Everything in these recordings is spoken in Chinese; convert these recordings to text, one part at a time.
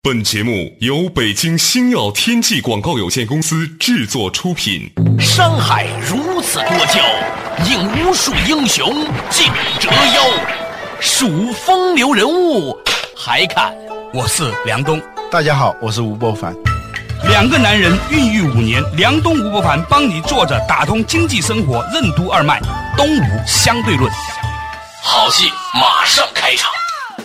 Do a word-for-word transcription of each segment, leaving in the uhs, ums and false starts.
本节目由北京星耀天际广告有限公司制作出品。 山海如此多娇，引无数英雄竞折腰。数风流人物，还看我是梁东。 大家好，我是吴伯凡。 两个男人孕育五年，梁东、吴伯凡帮你坐着打通经济生活任督二脉，东吴相对论。 好戏马上开场。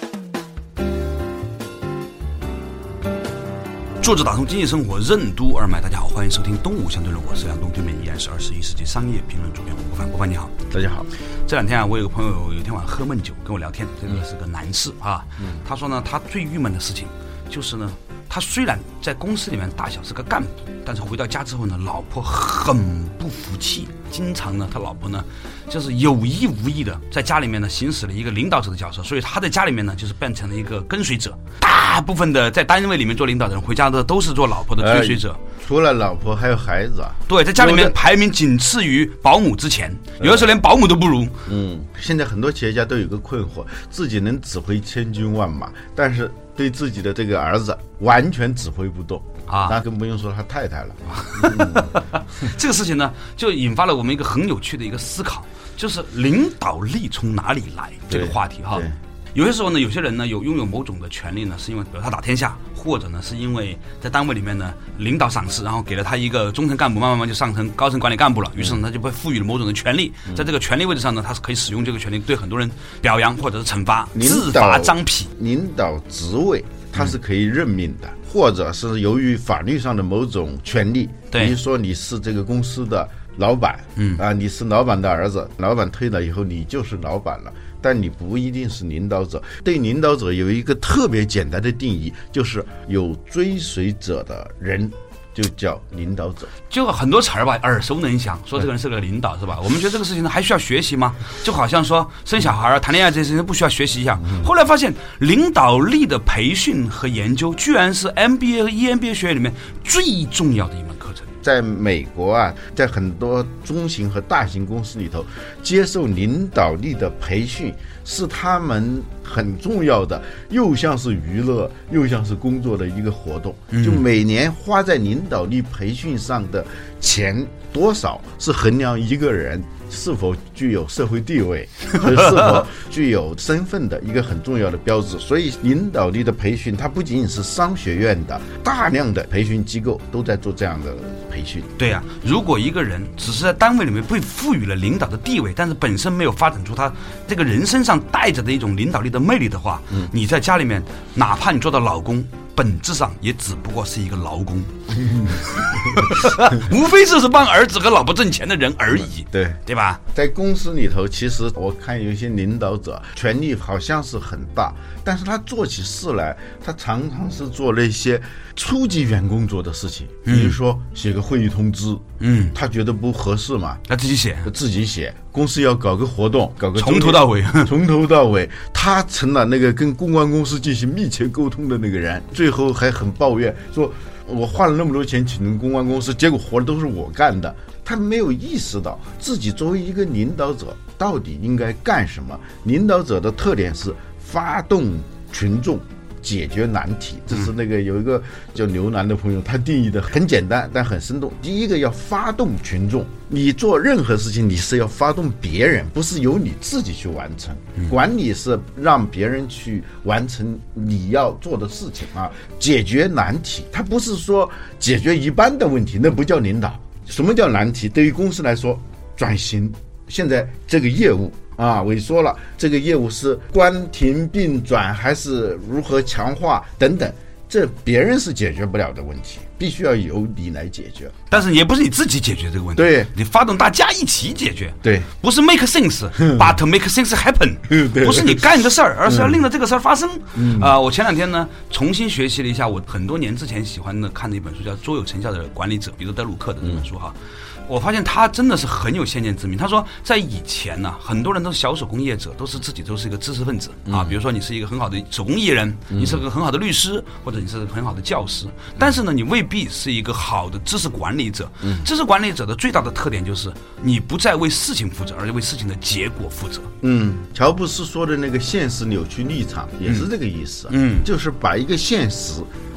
作者打通经济生活任督二脉，大家好，欢迎收听东吴相对论，我是梁东，对面依然是二十一世纪商业评论主编吴伯凡。伯凡你好。 大家好。 这两天啊，我有个朋友有一天晚上喝闷酒跟我聊天，这个是个男士啊，嗯、他说呢，他最郁闷的事情就是呢，他虽然在公司里面大小是个干部，但是回到家之后呢，老婆很不服气，经常呢，他老婆呢，就是有意无意的在家里面呢行使了一个领导者的角色，所以他在家里面呢就是变成了一个跟随者。大部分的在单位里面做领导的人，回家的都是做老婆的追随者。 呃、除了老婆还有孩子啊。 对，在家里面排名仅次于保姆之前，有的时候连保姆都不如。 嗯，现在很多企业家都有个困惑，自己能指挥千军万马，但是对自己的这个儿子完全指挥不动啊，那更不用说他太太了。 嗯、这个事情呢，就引发了我们一个很有趣的一个思考，就是领导力从哪里来这个话题哈。有些时候呢，有些人呢有拥有某种的权利呢，是因为比如他打天下，或者呢是因为在单位里面呢领导赏识，然后给了他一个中层干部，慢慢慢就上层高层管理干部了，于是呢他就被赋予了某种的权利，在这个权利位置上呢，他是可以使用这个权利对很多人表扬或者是惩罚，自罚张皮。 领导职位他是可以任命的，嗯、或者是由于法律上的某种权利，比如说你是这个公司的老板，嗯啊，你是老板的儿子，老板退了以后你就是老板了。但你不一定是领导者，对领导者有一个特别简单的定义，就是有追随者的人就叫领导者。 就很多词儿吧，耳熟能详，说这个人是个领导是吧？我们觉得这个事情呢还需要学习吗？就好像说生小孩、谈恋爱这些事情不需要学习一样。后来发现，领导力的培训和研究，居然是 M B A 和 E M B A 学院里面最重要的一门课程。 在美国啊，在很多中型和大型公司里头，接受领导力的培训是他们很重要的，又像是娱乐又像是工作的一个活动。就每年花在领导力培训上的钱多少，是衡量一个人是否具有社会地位是否具有身份的一个很重要的标志。所以领导力的培训它不仅仅是商学院的，大量的培训机构都在做这样的培训。 对啊，如果一个人只是在单位里面被赋予了领导的地位，但是本身没有发展出他这个人身上带着的一种领导力的魅力的话，嗯、你在家里面哪怕你做到老公，本质上也只不过是一个劳工，无非就是帮儿子和老婆挣钱的人而已， 对对吧？ 在公司里头，其实我看有一些领导者权力好像是很大，但是他做起事来，他常常是做了一些初级员工做的事情，比如说写个会议通知，嗯，他觉得不合适嘛， 他自己写， 自己写。公司要搞个活动，搞个从头到尾， 从头到尾，他成了那个跟公关公司进行密切沟通的那个人，最后还很抱怨说，我花了那么多钱请公关公司，结果活都是我干的。他没有意识到自己作为一个领导者到底应该干什么。领导者的特点是发动群众解决难题，这是那个有一个叫刘楠的朋友，他定义的很简单但很生动。第一个要发动群众，你做任何事情你是要发动别人，不是由你自己去完成。管理是让别人去完成你要做的事情啊，解决难题，它不是说解决一般的问题，那不叫领导。什么叫难题？对于公司来说，转型，现在这个业务啊，萎缩了，这个业务是关停并转还是如何强化等等，这别人是解决不了的问题，必须要由你来解决。 但是也不是你自己解决这个问题， 对， 你发动大家一起解决， 对， 不是 make things but make things happen， 不是你干的事儿，而是要令到这个事儿发生。嗯啊、呃，我前两天呢重新学习了一下我很多年之前喜欢的看的一本书，叫《卓有成效的管理者》，比如德鲁克的这本书哈。嗯，我发现他真的是很有先见之明。他说，在以前呢、啊，很多人都是小手工业者，都是自己都是一个知识分子啊。比如说，你是一个很好的手工艺人，你是个很好的律师，或者你是个很好的教师。但是呢，你未必是一个好的知识管理者。知识管理者的最大的特点就是，你不再为事情负责，而是为事情的结果负责。 嗯，乔布斯说的那个现实扭曲立场也是这个意思。嗯，就是把一个现实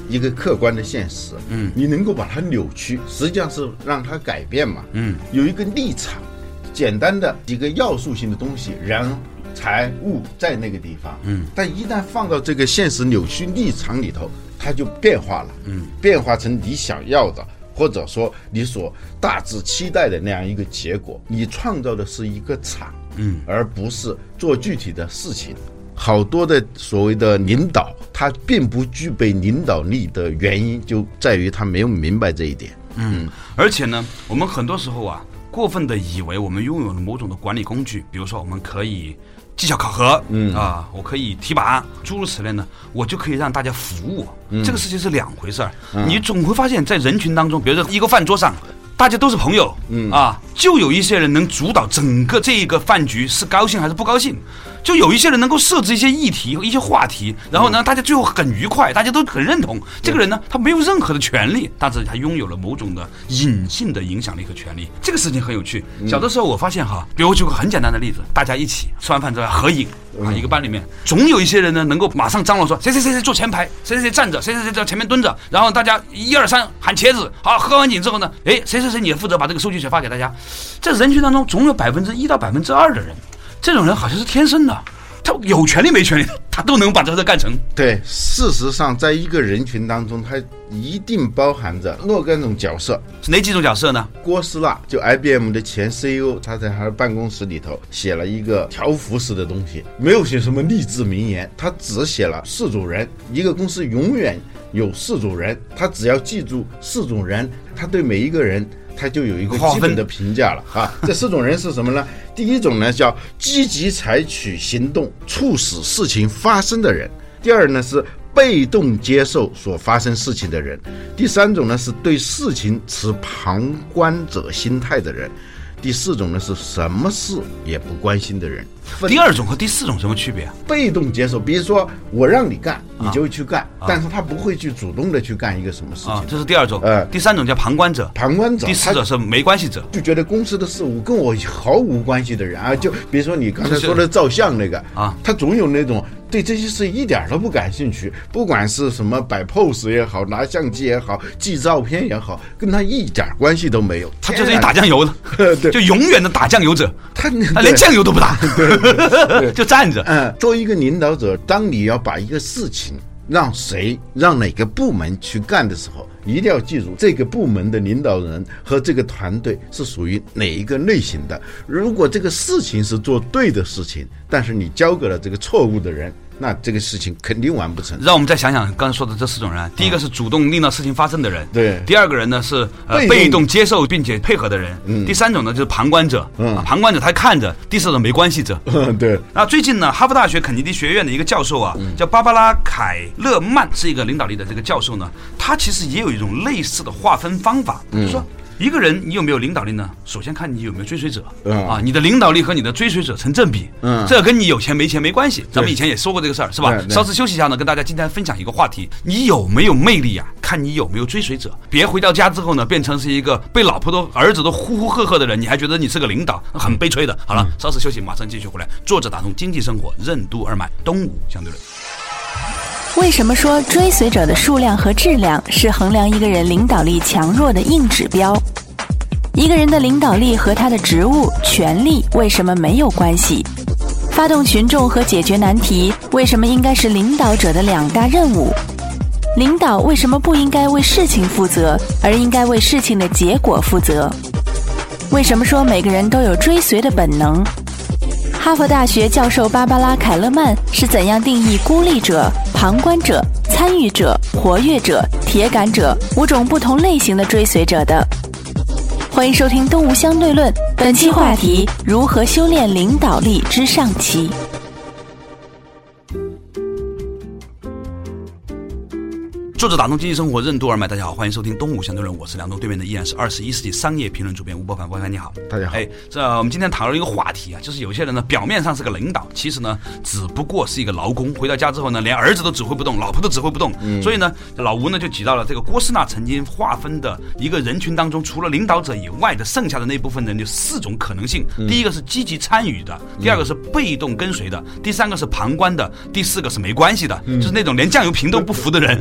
一个客观的现实，嗯，你能够把它扭曲，实际上是让它改变嘛，嗯，有一个立场，简单的几个要素性的东西，人、财、物在那个地方，嗯，但一旦放到这个现实扭曲立场里头，它就变化了，嗯，变化成你想要的，或者说你所大致期待的那样一个结果。你创造的是一个场，嗯，而不是做具体的事情。好多的所谓的领导，他并不具备领导力的原因就在于他没有明白这一点。 嗯，而且呢，我们很多时候啊，过分的以为我们拥有了某种的管理工具，比如说我们可以绩效考核，嗯啊，我可以提拔，诸如此类呢，我就可以让大家服务我。嗯、这个事情是两回事儿、嗯。你总会发现，在人群当中，比如说一个饭桌上，大家都是朋友，嗯啊，就有一些人能主导整个这一个饭局是高兴还是不高兴。就有一些人能够设置一些议题和一些话题，然后呢，大家最后很愉快，大家都很认同。这个人呢，他没有任何的权利，但是他拥有了某种的隐性的影响力和权利。这个事情很有趣。小的时候我发现哈，比如我举个很简单的例子，大家一起吃完饭之后合影啊，一个班里面总有一些人呢能够马上张罗说谁谁谁谁坐前排，谁谁谁站着，谁谁谁在前面蹲着，然后大家一二三喊茄子，好，喝完酒之后呢，哎，谁谁谁你也负责把这个收据权发给大家。在人群当中总有百分之一到百分之二的人。这种人好像是天生的，他有权利没权利，他都能把这个事干成。 对，事实上，在一个人群当中，他一定包含着若干种角色。 是哪几种角色呢？ 郭士纳，就 I B M 的前 C E O， 他在他的办公室里头写了一个条幅式的东西，没有写什么励志名言，他只写了四种人。一个公司永远有四种人，他只要记住四种人，他对每一个人。他就有一个基本的评价了啊！这四种人是什么呢？第一种呢叫积极采取行动，促使事情发生的人；第二呢是被动接受所发生事情的人；第三种呢是对事情持旁观者心态的人；第四种呢是什么事也不关心的人。 第二种和第四种什么区别啊？ 被动接受，比如说我让你干，你就会去干，啊、但是他不会去主动的去干一个什么事情。啊、 这是第二种。呃，第三种叫旁观者， 旁观者。 第四种是没关系者， 就觉得公司的事务跟我毫无关系的人啊，就比如说你刚才说的照相那个啊，他总有那种对这些事一点都不感兴趣，不管是什么摆 pose 也好，拿相机也好，寄照片也好，跟他一点关系都没有。 他就是一打酱油的，就永远的打酱油者， 他他连酱油都不打。就站着。 嗯，作为一个领导者，当你要把一个事情让谁、让哪个部门去干的时候，你一定要记住这个部门的领导人和这个团队是属于哪一个类型的。如果这个事情是做对的事情，但是你交给了这个错误的人，那这个事情肯定完不成。 让我们再想想刚才说的这四种人，第一个是主动令到事情发生的人， 对； 第二个人呢是呃被动, 被动接受并且配合的人，嗯；第三种呢就是旁观者，嗯、啊，旁观者他看着；第四种没关系者， 嗯，对。 那最近呢，哈佛大学肯尼迪学院的一个教授啊，嗯、叫芭芭拉·凯勒曼，是一个领导力的这个教授呢，他其实也有一种类似的划分方法，嗯、就是说。一个人你有没有领导力呢？首先看你有没有追随者、嗯、啊，你的领导力和你的追随者成正比，嗯，这跟你有钱没钱没关系。咱们以前也说过这个事儿，是吧？稍事休息一下呢，跟大家今天分享一个话题：你有没有魅力啊？看你有没有追随者。别回到家之后呢，变成是一个被老婆都儿子都呼呼喝喝的人，你还觉得你是个领导，很悲催的。好了，稍事休息，马上继续回来。坐着打通经济生活，任督二脉，东吴相对论。 为什么说追随者的数量和质量是衡量一个人领导力强弱的硬指标？一个人的领导力和他的职务、权力为什么没有关系？发动群众和解决难题为什么应该是领导者的两大任务？领导为什么不应该为事情负责，而应该为事情的结果负责？为什么说每个人都有追随的本能？哈佛大学教授芭芭拉·凯勒曼是怎样定义孤立者、旁观者、参与者、活跃者、铁杆者五种不同类型的追随者的？欢迎收听东吴相对论，本期话题：如何修炼领导力之上期。 作者打通经济生活，任督二脉。大家好，欢迎收听东吴相对论，我是梁东，对面的依然是二十一世纪商业评论主编吴伯凡。伯凡你好。 大家好。 哎，这我们今天讨论一个话题啊，就是有些人呢，表面上是个领导，其实呢，只不过是一个劳工。回到家之后呢，连儿子都指挥不动，老婆都指挥不动。嗯、所以呢，老吴呢就举到了这个郭士纳曾经划分的一个人群当中，除了领导者以外的剩下的那部分人有四种可能性。嗯、第一个是积极参与的，第二个是被动跟随的，第三个是旁观的，第四个是没关系的，嗯、就是那种连酱油瓶都不服的人啊。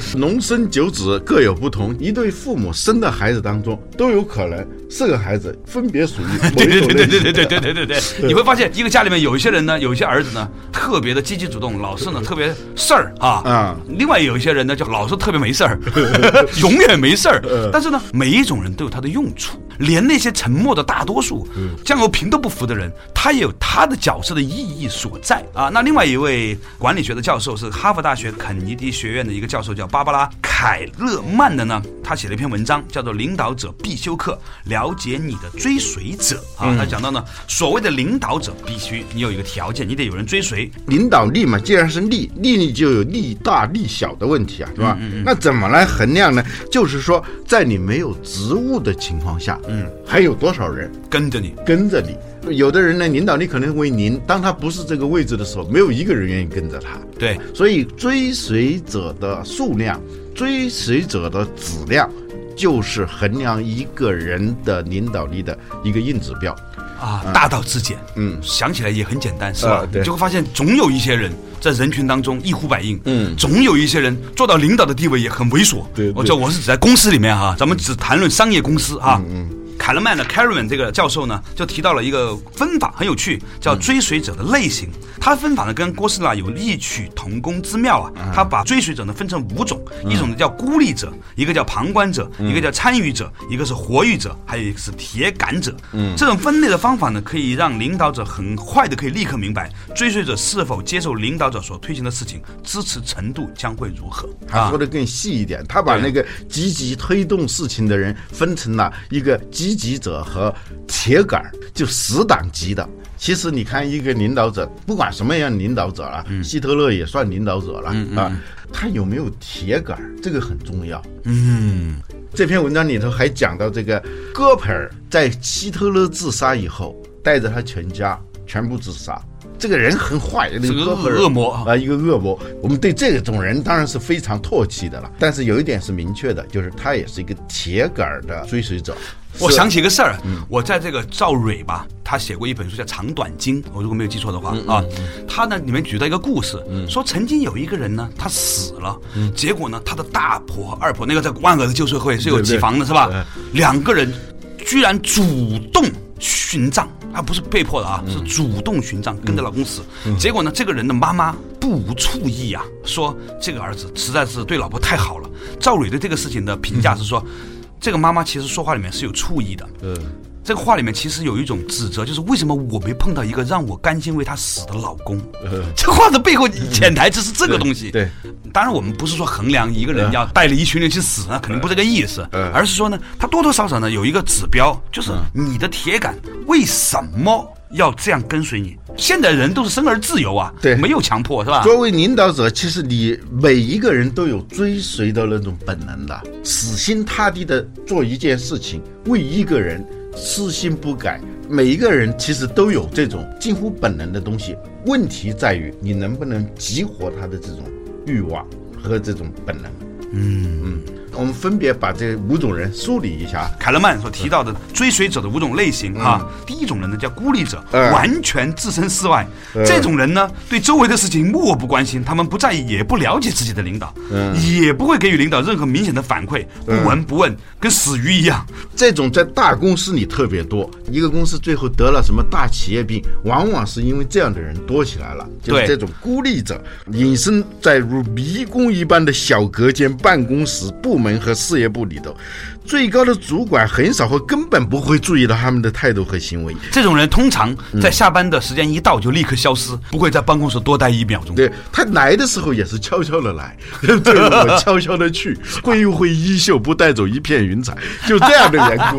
龙生九子各有不同，一对父母生的孩子当中都有可能四个孩子分别属于某一种类型。 对对对对对对对对对对，你会发现一个家里面有一些人呢，有一些儿子呢特别的积极主动，老是呢特别事儿啊啊，另外有一些人呢就老是特别没事儿，永远没事儿。但是呢，每一种人都有他的用处，连那些沉默的大多数、酱油瓶都不服的人，他也有他的角色的意义所在啊。那另外一位管理学的教授是哈佛大学肯尼迪学院的一个教授，叫芭芭拉·凯勒曼的呢，他写了一篇文章，叫做《领导者必修课：了解你的追随者》啊。他讲到呢，所谓的领导者必须你有一个条件，你得有人追随。 领导力嘛，既然是力，力力就有力大力小的问题啊，是吧？嗯嗯嗯，那怎么来衡量呢？就是说，在你没有职务的情况下，嗯，还有多少人跟着你？ 跟着你。有的人呢，领导力可能为零，当他不是这个位置的时候，没有一个人愿意跟着他。 对，所以追随者的数量、追随者的质量，就是衡量一个人的领导力的一个硬指标。 啊，大道至简，嗯，想起来也很简单，是吧？你就会发现，总有一些人在人群当中一呼百应，嗯，总有一些人做到领导的地位也很猥琐。对，我这我是指在公司里面哈，咱们只谈论商业公司哈。嗯。凯勒曼的 Carriman 这个教授呢，就提到了一个分法，很有趣，叫追随者的类型。他的分法呢，跟哥斯拉有异曲同工之妙啊。他把追随者呢分成五种，一种呢叫孤立者，一个叫旁观者，一个叫参与者，一个是活跃者，还有一个是铁杆者。嗯，这种分类的方法呢，可以让领导者很快的可以立刻明白追随者是否接受领导者所推行的事情，支持程度将会如何。 他说的更细一点，他把那个积极推动事情的人分成了一个积极者和铁杆，就死党级的。其实你看一个领导者，不管什么样的领导者了，嗯、希特勒也算领导者了、嗯嗯、啊，他有没有铁杆，这个很重要。嗯，这篇文章里头还讲到这个戈培尔在希特勒自杀以后，带着他全家全部自杀。这个人很坏， 这个恶魔啊，一个恶魔。我们对这种人当然是非常唾弃的了。但是有一点是明确的，就是他也是一个铁杆的追随者。 我想起一个事儿、嗯，我在这个赵蕊吧，他写过一本书叫《长短经》，我如果没有记错的话、嗯、啊，他呢里面举到一个故事、嗯，说曾经有一个人呢，他死了、嗯，结果呢，他的大婆和二婆，那个在万恶的旧社会是有几房的，是吧？两个人居然主动殉葬。啊，不是被迫的啊，是主动殉葬，跟着老公死、嗯嗯。结果呢，这个人的妈妈不无醋意啊，说这个儿子实在是对老婆太好了。赵蕊对这个事情的评价是说，嗯、这个妈妈其实说话里面是有醋意的。嗯。这个话里面其实有一种指责，就是为什么我没碰到一个让我甘心为他死的老公？呃、这话的背后潜台词是这个东西。对，对当然我们不是说衡量一个人要带着一群人去死呢，肯定不是这个意思，呃、而是说呢，他多多少少呢有一个指标，就是你的铁杆为什么要这样跟随你？现在人都是生而自由啊，对，没有强迫，是吧？ 作为领导者，其实你每一个人都有追随的那种本能的，死心塌地的做一件事情，为一个人。痴心不改，每一个人其实都有这种近乎本能的东西，问题在于你能不能激活他的这种欲望和这种本能。嗯嗯，我们分别把这五种人梳理一下。 凯勒曼所提到的追随者的五种类型啊，嗯、第一种人呢叫孤立者，嗯、完全置身事外、嗯。这种人呢对周围的事情漠不关心，他们不在意，也不了解自己的领导，嗯、也不会给予领导任何明显的反馈，不闻不问，跟死鱼一样。 这种在大公司里特别多，一个公司最后得了什么大企业病，往往是因为这样的人多起来了，就是这种孤立者，隐身在如迷宫一般的小隔间、办公室、部门和事业部里头，最高的主管很少或根本不会注意到他们的态度和行为。 这种人通常在下班的时间一到就立刻消失，嗯、不会在办公室多待一秒钟。 对，他来的时候也是悄悄的来，对我悄悄的去，挥挥衣袖不带走一片云彩，就这样的员工。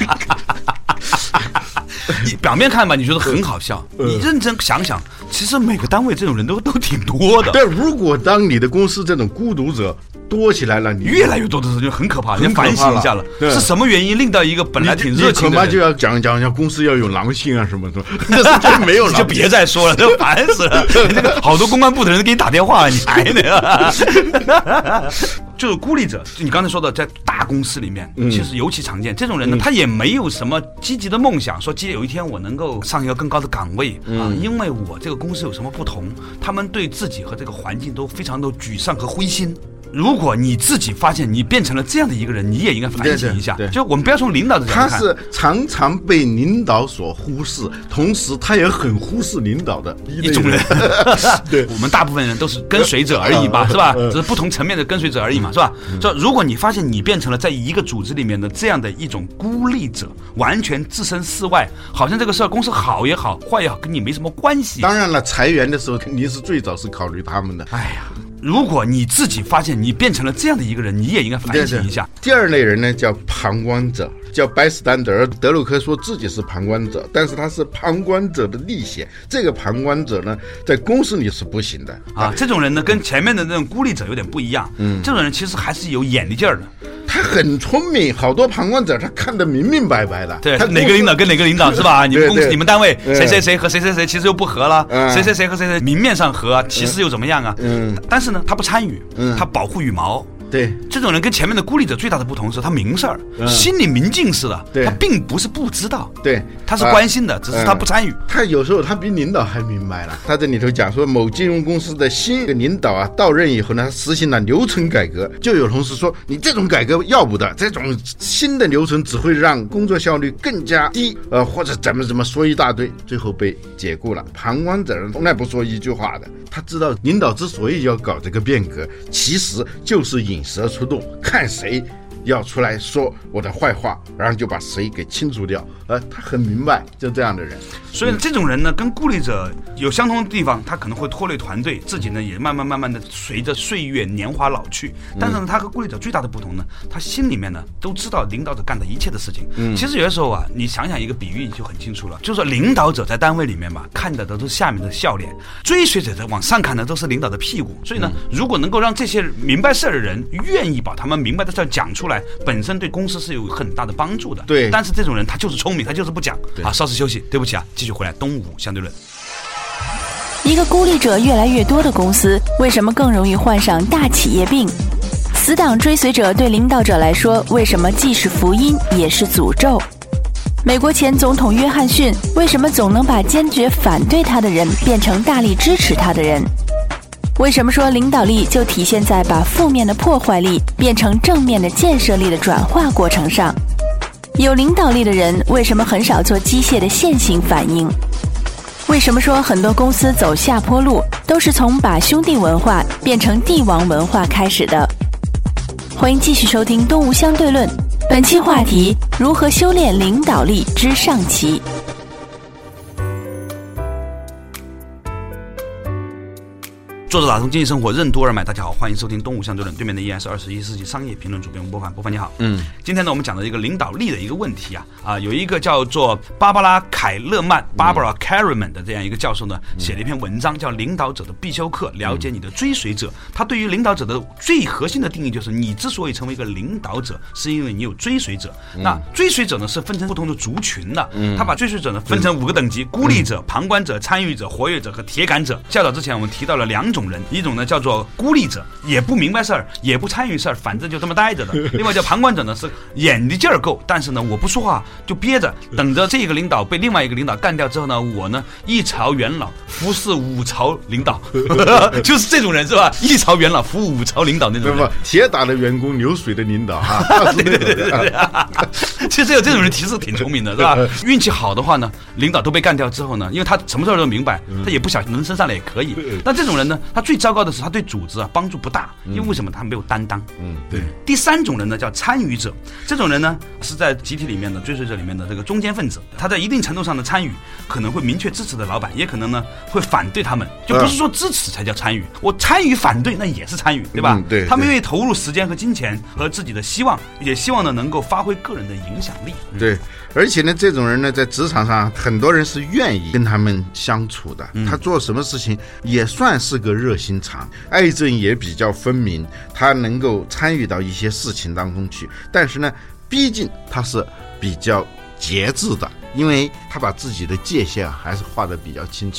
你表面看吧，你觉得很好笑，呃、你认真想想，其实每个单位这种人都都挺多的。 对，如果当你的公司这种孤独者多起来了，你越来越多的时候就很可怕，你反省一下了，是什么原因令到一个本来挺热情的人， 恐怕就要讲讲讲公司要有狼性啊什么的，那是真没有狼性， 就别再说了，就烦死了。这个好多公关部的人给你打电话，你还呢？就是孤立者，就你刚才说的，在大公司里面，嗯、其实尤其常见。这种人呢，嗯、他也没有什么积极的梦想，说今天有一天我能够上一个更高的岗位、嗯、啊，因为我这个公司有什么不同，他们对自己和这个环境都非常的沮丧和灰心。 如果你自己发现你变成了这样的一个人，你也应该反省一下。 对对对， 就我们不要从领导的角度看， 他是常常被领导所忽视，同时他也很忽视领导的一种人。对，我们大部分人都是跟随者而已嘛，是吧？只是不同层面的跟随者而已嘛，是吧？就如果你发现你变成了在一个组织里面的这样的一种孤立者，完全置身事外，好像这个事儿公司好也好，坏也好，跟你没什么关系。 当然了，裁员的时候肯定是最早是考虑他们的。 哎呀。如果你自己发现你变成了这样的一个人，你也应该反省一下。 第二类人呢，叫旁观者，叫 bystander。德鲁克说自己是旁观者，但是他是旁观者的逆写。这个旁观者呢，在公司里是不行的啊。这种人呢，跟前面的那种孤立者有点不一样。嗯，这种人其实还是有眼力劲儿的。 他很聪明，好多旁观者他看得明明白白的。 对，哪个领导跟哪个领导是吧？你们公司、你们单位谁谁谁和谁谁谁其实又不合了，谁谁谁和谁谁明面上合，其实又怎么样啊？嗯，但是呢，他不参与，他保护羽毛。 对， 这种人跟前面的孤立者最大的不同是他明事儿、嗯，心里明镜似的，他并不是不知道， 对， 他是关心的、啊，只是他不参与、嗯。 他有时候他比领导还明白了。他这里头讲说，某金融公司的新领导啊到任以后呢，实行了流程改革，就有同事说，你这种改革要不得，这种新的流程只会让工作效率更加低，呃，或者怎么怎么说一大堆，最后被解雇了。旁观者从来不说一句话的，他知道领导之所以要搞这个变革，其实就是引蛇出洞，看谁要出来说我的坏话，然后就把谁给清除掉。呃，他很明白，就这样的人。 所以这种人呢，跟孤立者有相同的地方，他可能会拖累团队，自己呢也慢慢慢慢的随着岁月年华老去。但是呢，他和孤立者最大的不同呢，他心里面呢都知道领导者干的一切的事情。嗯，其实有的时候啊，你想想一个比喻就很清楚了，就是说领导者在单位里面嘛，看的都是下面的笑脸，追随者在往上看的都是领导的屁股。所以呢，嗯、如果能够让这些明白事儿的人愿意把他们明白的事儿讲出来，本身对公司是有很大的帮助的。 对， 但是这种人他就是聪明，他就是不讲。啊，稍事休息，对不起啊，继续回来东吴相对论。 一个孤立者越来越多的公司，为什么更容易患上大企业病？死党追随者对领导者来说，为什么既是福音也是诅咒？美国前总统约翰逊为什么总能把坚决反对他的人变成大力支持他的人？为什么说领导力就体现在把负面的破坏力变成正面的建设力的转化过程上？有领导力的人为什么很少做机械的线性反应？为什么说很多公司走下坡路都是从把兄弟文化变成帝王文化开始的？欢迎继续收听东吴相对论，本期话题：如何修炼领导力之上期。 作者打通经济生活，任督二脉。大家好，欢迎收听东吴相对论，对面的依然是二十一世纪商业评论主编吴伯凡。伯凡你好。嗯，今天呢，我们讲的一个领导力的一个问题啊啊，有一个叫做芭芭拉·凯勒曼 （Barbara Carriman） 的这样一个教授呢，写了一篇文章，叫《领导者的必修课：了解你的追随者》。他对于领导者的最核心的定义就是，你之所以成为一个领导者，是因为你有追随者。那追随者呢，是分成不同的族群的。他把追随者呢分成五个等级：孤立者、旁观者、参与者、活跃者和铁杆者。较早之前我们提到了两种人，一种呢叫做孤立者，也不明白事儿，也不参与事儿，反正就这么待着的；另外叫旁观者呢，是眼力劲儿够，但是呢我不说话，就憋着，等着这个领导被另外一个领导干掉之后呢，我呢一朝元老服侍五朝领导，就是这种人是吧？一朝元老服务五朝领导那种人。 不，铁打的员工，流水的领导啊！ 对对对对对。其实有这种人其实挺聪明的，是吧？运气好的话呢，领导都被干掉之后呢，因为他什么事儿都明白，他也不想能升上来也可以。但这种人呢，他最糟糕的是他对组织啊帮助不大，因为为什么他没有担当？嗯，对。第三种人呢叫参与者，这种人呢是在集体里面的追随者里面的这个中间分子，他在一定程度上的参与，可能会明确支持的老板，也可能呢会反对他们，就不是说支持才叫参与，我参与反对那也是参与，对吧？嗯、对。他们愿意投入时间和金钱和自己的希望，也希望呢能够发挥个人的影响力。 嗯、对。而且呢，这种人呢，在职场上很多人是愿意跟他们相处的。嗯、他做什么事情也算是个热心肠，爱憎也比较分明，他能够参与到一些事情当中去。但是呢，毕竟他是比较节制的，因为他把自己的界限还是画得比较清楚。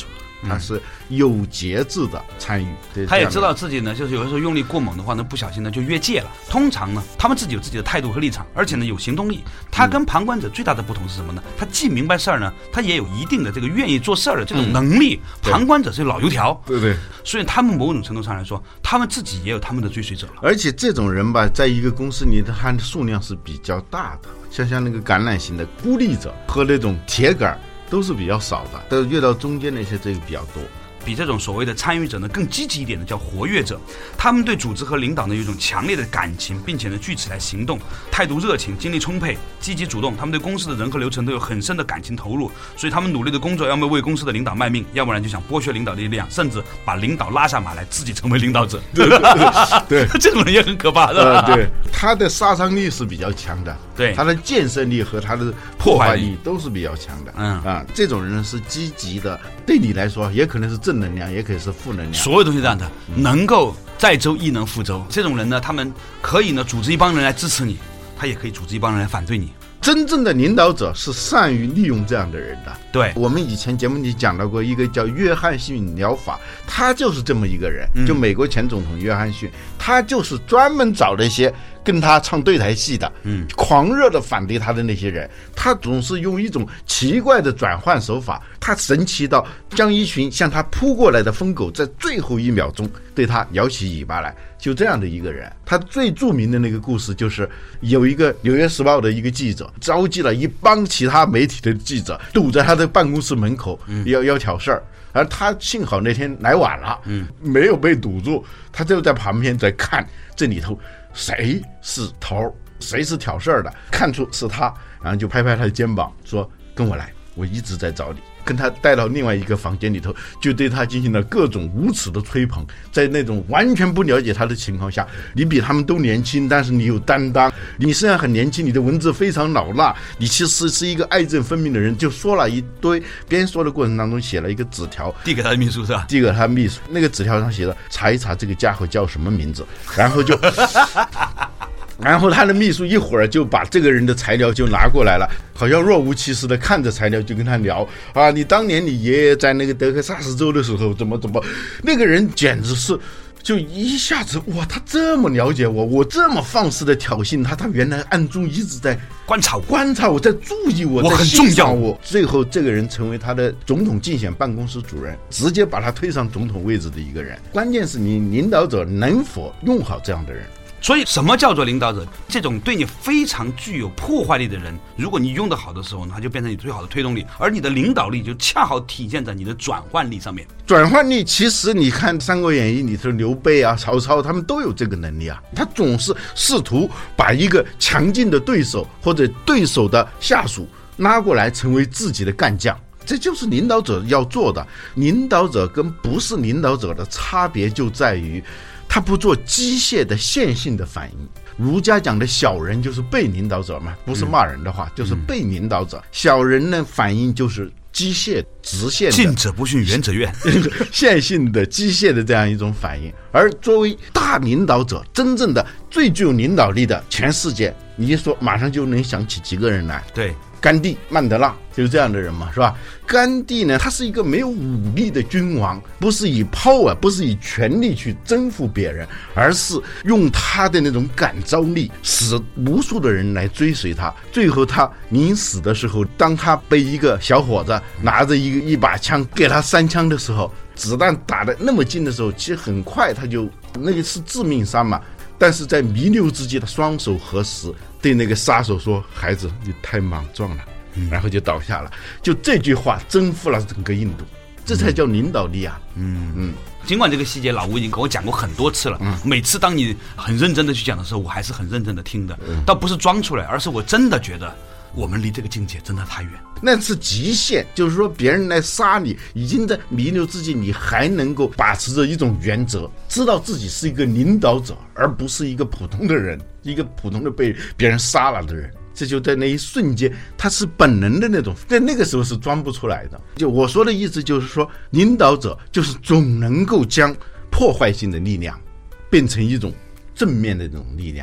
他是有节制的参与。 嗯、他也知道自己呢，就是有的时候用力过猛的话呢，不小心呢就越界了。通常呢，他们自己有自己的态度和立场，而且呢有行动力。他跟旁观者最大的不同是什么呢？他既明白事儿呢，他也有一定的这个愿意做事儿的这种能力。嗯、旁观者是老油条， 对对。 所以他们某种程度上来说，他们自己也有他们的追随者了。 而且这种人吧，在一个公司里，他的数量是比较大的。像像那个橄榄型的孤立者和那种铁杆都是比较少的，但是越到中间那些这个比较多。 比这种所谓的参与者呢更积极一点的叫活跃者，他们对组织和领导呢有一种强烈的感情，并且呢据此来行动，态度热情，精力充沛，积极主动。他们对公司的人和流程都有很深的感情投入，所以他们努力的工作，要么为公司的领导卖命，要不然就想剥削领导的力量，甚至把领导拉下马来，自己成为领导者。 对对 对, 对， 这种人也很可怕的。 呃、对，他的杀伤力是比较强的， 对， 他的建设力和他的破坏力都是比较强的。嗯啊，这种人是积极的，对你来说也可能是正能量，也可以是负能量， 所有东西这样的，能够载舟亦能覆舟。这种人呢，他们可以呢组织一帮人来支持你，他也可以组织一帮人来反对你。 真正的领导者是善于利用这样的人的。 对， 我们以前节目里讲到过一个叫约翰逊疗法，他就是这么一个人，嗯、就美国前总统约翰逊，他就是专门找那些跟他唱对台戏的，嗯，狂热的反对他的那些人，他总是用一种奇怪的转换手法，他神奇到将一群向他扑过来的疯狗在最后一秒钟对他摇起尾巴来，就这样的一个人。他最著名的那个故事就是有一个《纽约时报》的一个记者召集了一帮其他媒体的记者堵在他的办公室门口，嗯、要要挑事儿，而他幸好那天来晚了，嗯，没有被堵住，他就在旁边在看这里头谁是头，谁是挑事儿的，看出是他，然后就拍拍他的肩膀说：“跟我来，我一直在找你。”跟他带到另外一个房间里头，就对他进行了各种无耻的吹捧。在那种完全不了解他的情况下，你比他们都年轻，但是你有担当，你虽然很年轻，你的文字非常老辣，你其实是一个爱憎分明的人，就说了一堆。边说的过程当中写了一个纸条， 递给他的秘书是吧？ 递给他的秘书，那个纸条上写的查一查这个家伙叫什么名字，然后就然后他的秘书一会儿就把这个人的材料就拿过来了，好像若无其事的看着材料就跟他聊啊，你当年你爷爷在那个德克萨斯州的时候怎么怎么，那个人简直是就一下子哇，他这么了解我，我这么放肆的挑衅他，他原来暗中一直在观察我， 观察我，在注意我， 我很重要。 我最后这个人成为他的总统竞选办公室主任，直接把他推上总统位置的一个人。关键是你领导者能否用好这样的人。 所以什么叫做领导者？这种对你非常具有破坏力的人，如果你用得好的时候呢，他就变成你最好的推动力，而你的领导力就恰好体现在你的转换力上面。 转换力其实你看《三国演义》里头刘备啊、曹操他们都有这个能力啊，他总是试图把一个强劲的对手或者对手的下属拉过来成为自己的干将。这就是领导者要做的。领导者跟不是领导者的差别就在于他不做机械的线性的反应。儒家讲的小人就是被领导者嘛，不是骂人的话，嗯、就是被领导者。小人呢，反应就是机械直线的， 近者不逊，远者怨， 线性的机械的这样一种反应。而作为大领导者，真正的最具有领导力的，全世界你一说马上就能想起几个人来。 对， 甘地、曼德拉就是这样的人嘛，是吧？甘地呢，他是一个没有武力的君王，不是以 power， 不是以权力去征服别人，而是用他的那种感召力，使无数的人来追随他。最后他临死的时候，当他被一个小伙子拿着一个一把枪给他三枪的时候，子弹打得那么近的时候，其实很快他就那个是致命伤嘛。但是在弥留之际，他双手合十，对那个杀手说：“孩子，你太莽撞了。”然后就倒下了。就这句话征服了整个印度，这才叫领导力啊！嗯嗯。 尽管这个细节老吴已经跟我讲过很多次了，嗯、每次当你很认真的去讲的时候，我还是很认真的听的，嗯、倒不是装出来，而是我真的觉得我们离这个境界真的太远。 那是极限，就是说别人来杀你，已经在弥留之际，你还能够把持着一种原则，知道自己是一个领导者，而不是一个普通的人，一个普通的被别人杀了的人。这就在那一瞬间，他是本能的那种，在那个时候是装不出来的。就我说的意思就是说，领导者就是总能够将破坏性的力量变成一种正面的这种力量。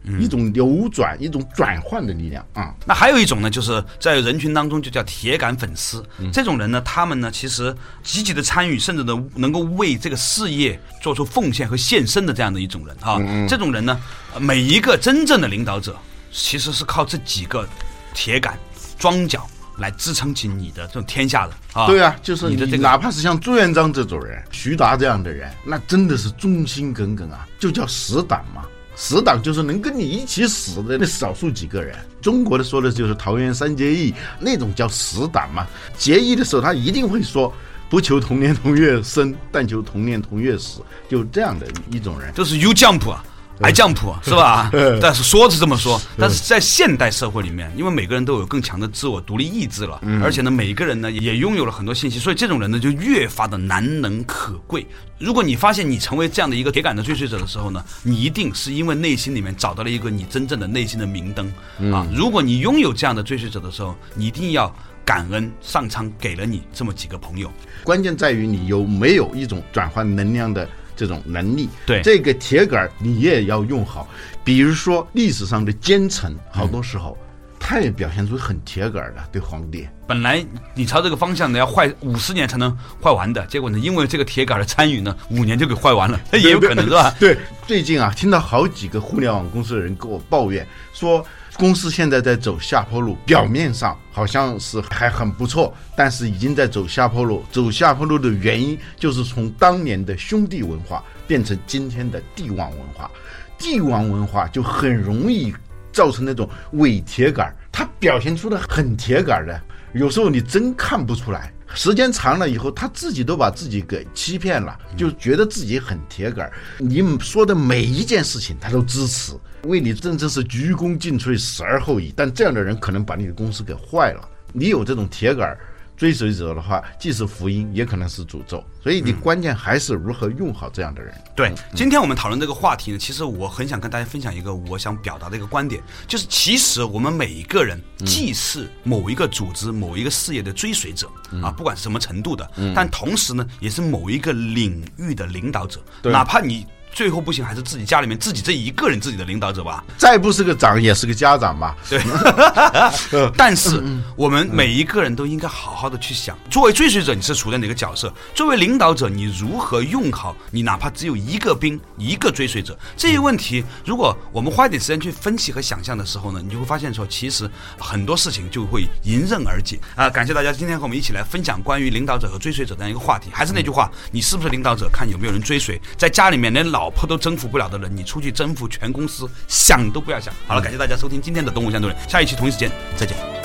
嗯、一种流转、一种转换的力量啊、嗯。 那还有一种呢，就是在人群当中就叫铁杆粉丝。嗯、这种人呢，他们呢其实积极的参与，甚至呢能够为这个事业做出奉献和献身的这样的一种人啊。嗯、这种人呢，每一个真正的领导者其实是靠这几个铁杆庄脚来支撑起你的这种天下的啊。 对啊，就是你的这个， 哪怕是像朱元璋这种人、徐达这样的人，那真的是忠心耿耿啊，就叫死党嘛。死党就是能跟你一起死的那少数几个人。中国的说的就是桃园三结义那种叫死党嘛。结义的时候他一定会说不求同年同月生，但求同年同月死，就这样的一种人。 就是 you jump 啊I jump 是吧？但是说是这么说，但是在现代社会里面，因为每个人都有更强的自我独立意志了，而且呢，每个人呢也拥有了很多信息，所以这种人呢就越发的难能可贵。如果你发现你成为这样的一个铁杆的追随者的时候呢，你一定是因为内心里面找到了一个你真正的内心的明灯啊！如果你拥有这样的追随者的时候，你一定要感恩上苍给了你这么几个朋友。 关键在于你有没有一种转换能量的这种能力。 对， 这个铁杆你也要用好。比如说历史上的奸臣，好多时候、嗯、他也表现出很铁杆的对皇帝。 本来你朝这个方向呢要坏五十年才能坏完的，结果呢因为这个铁杆的参与呢，五年就给坏完了，那也有可能是吧？ 对，最近啊，听到好几个互联网公司的人跟我抱怨说，公司现在在走下坡路，表面上好像是还很不错，但是已经在走下坡路。走下坡路的原因就是从当年的兄弟文化变成今天的帝王文化。帝王文化就很容易造成那种伪铁杆，它表现出的很铁杆的，有时候你真看不出来。时间长了以后，他自己都把自己给欺骗了，就觉得自己很铁杆。你说的每一件事情他都支持，为你真正是鞠躬尽瘁，死而后已。但这样的人可能把你的公司给坏了。你有这种铁杆追随者的话，既是福音，也可能是诅咒。所以你关键还是如何用好这样的人。 对，今天我们讨论这个话题呢，其实我很想跟大家分享一个我想表达的一个观点，就是其实我们每一个人既是某一个组织、某一个事业的追随者、嗯、啊，不管是什么程度的、嗯，但同时呢，也是某一个领域的领导者，哪怕你最后不行，还是自己家里面自己这一个人自己的领导者吧， 再不是个长也是个家长吧。 对，但是我们每一个人都应该好好的去想，作为追随者你是处在哪个角色，作为领导者你如何用好你哪怕只有一个兵一个追随者这些问题。如果我们花一点时间去分析和想象的时候呢，你就会发现说其实很多事情就会迎刃而解啊！感谢大家今天和我们一起来分享关于领导者和追随者这样一个话题。还是那句话，你是不是领导者看有没有人追随，在家里面连老老婆都征服不了的人，你出去征服全公司想都不要想。好了，感谢大家收听今天的动物相对论，下一期同一时间再见。